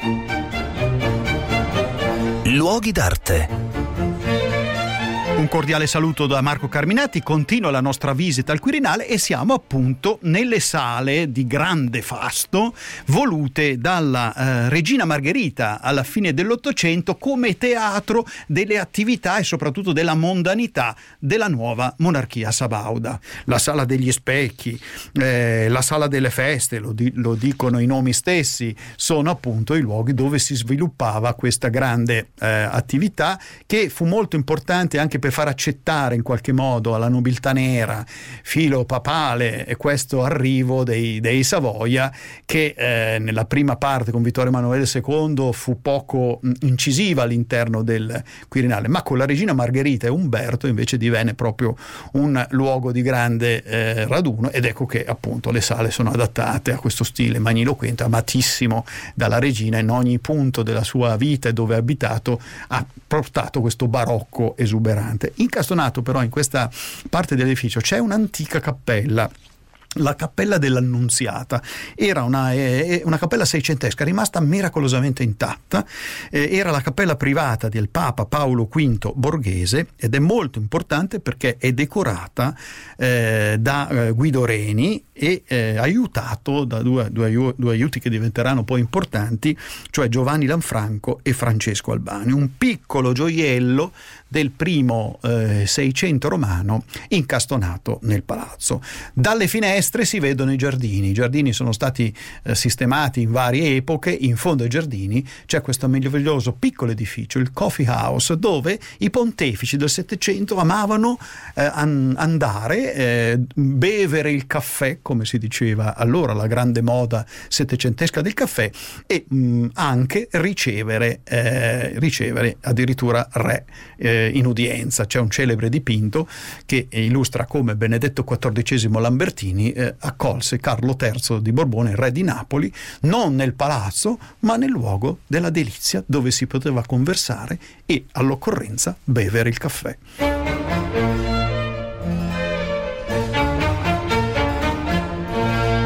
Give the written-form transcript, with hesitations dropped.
Luoghi d'arte. Un cordiale saluto da Marco Carminati, continua la nostra visita al Quirinale e siamo appunto nelle sale di grande fasto volute dalla regina Margherita alla fine dell'Ottocento come teatro delle attività e soprattutto della mondanità della nuova monarchia sabauda. La sala degli specchi, la sala delle feste, lo dicono i nomi stessi, sono appunto i luoghi dove si sviluppava questa grande attività, che fu molto importante anche per far accettare in qualche modo alla nobiltà nera filo papale e questo arrivo dei Savoia, che nella prima parte con Vittorio Emanuele II fu poco incisiva all'interno del Quirinale, ma con la regina Margherita e Umberto invece divenne proprio un luogo di grande raduno, ed ecco che appunto le sale sono adattate a questo stile magniloquente, amatissimo dalla regina. In ogni punto della sua vita e dove ha abitato ha portato questo barocco esuberante. Incastonato però in questa parte dell'edificio c'è un'antica cappella, la cappella dell'Annunziata. Era una cappella seicentesca rimasta miracolosamente intatta, era la cappella privata del Papa Paolo V Borghese ed è molto importante perché è decorata da Guido Reni e aiutato da due aiuti che diventeranno poi importanti, cioè Giovanni Lanfranco e Francesco Albani. Un piccolo gioiello del primo Seicento romano incastonato nel palazzo. Dalle finestre si vedono i giardini sono stati sistemati in varie epoche. In fondo ai giardini c'è questo meraviglioso piccolo edificio, il Coffee House, dove i pontefici del Settecento amavano andare, bevere il caffè, come si diceva allora, la grande moda settecentesca del caffè, e anche ricevere addirittura re in udienza. C'è un celebre dipinto che illustra come Benedetto XIV Lambertini accolse Carlo III di Borbone, re di Napoli, non nel palazzo ma nel luogo della delizia dove si poteva conversare e all'occorrenza bevere il caffè.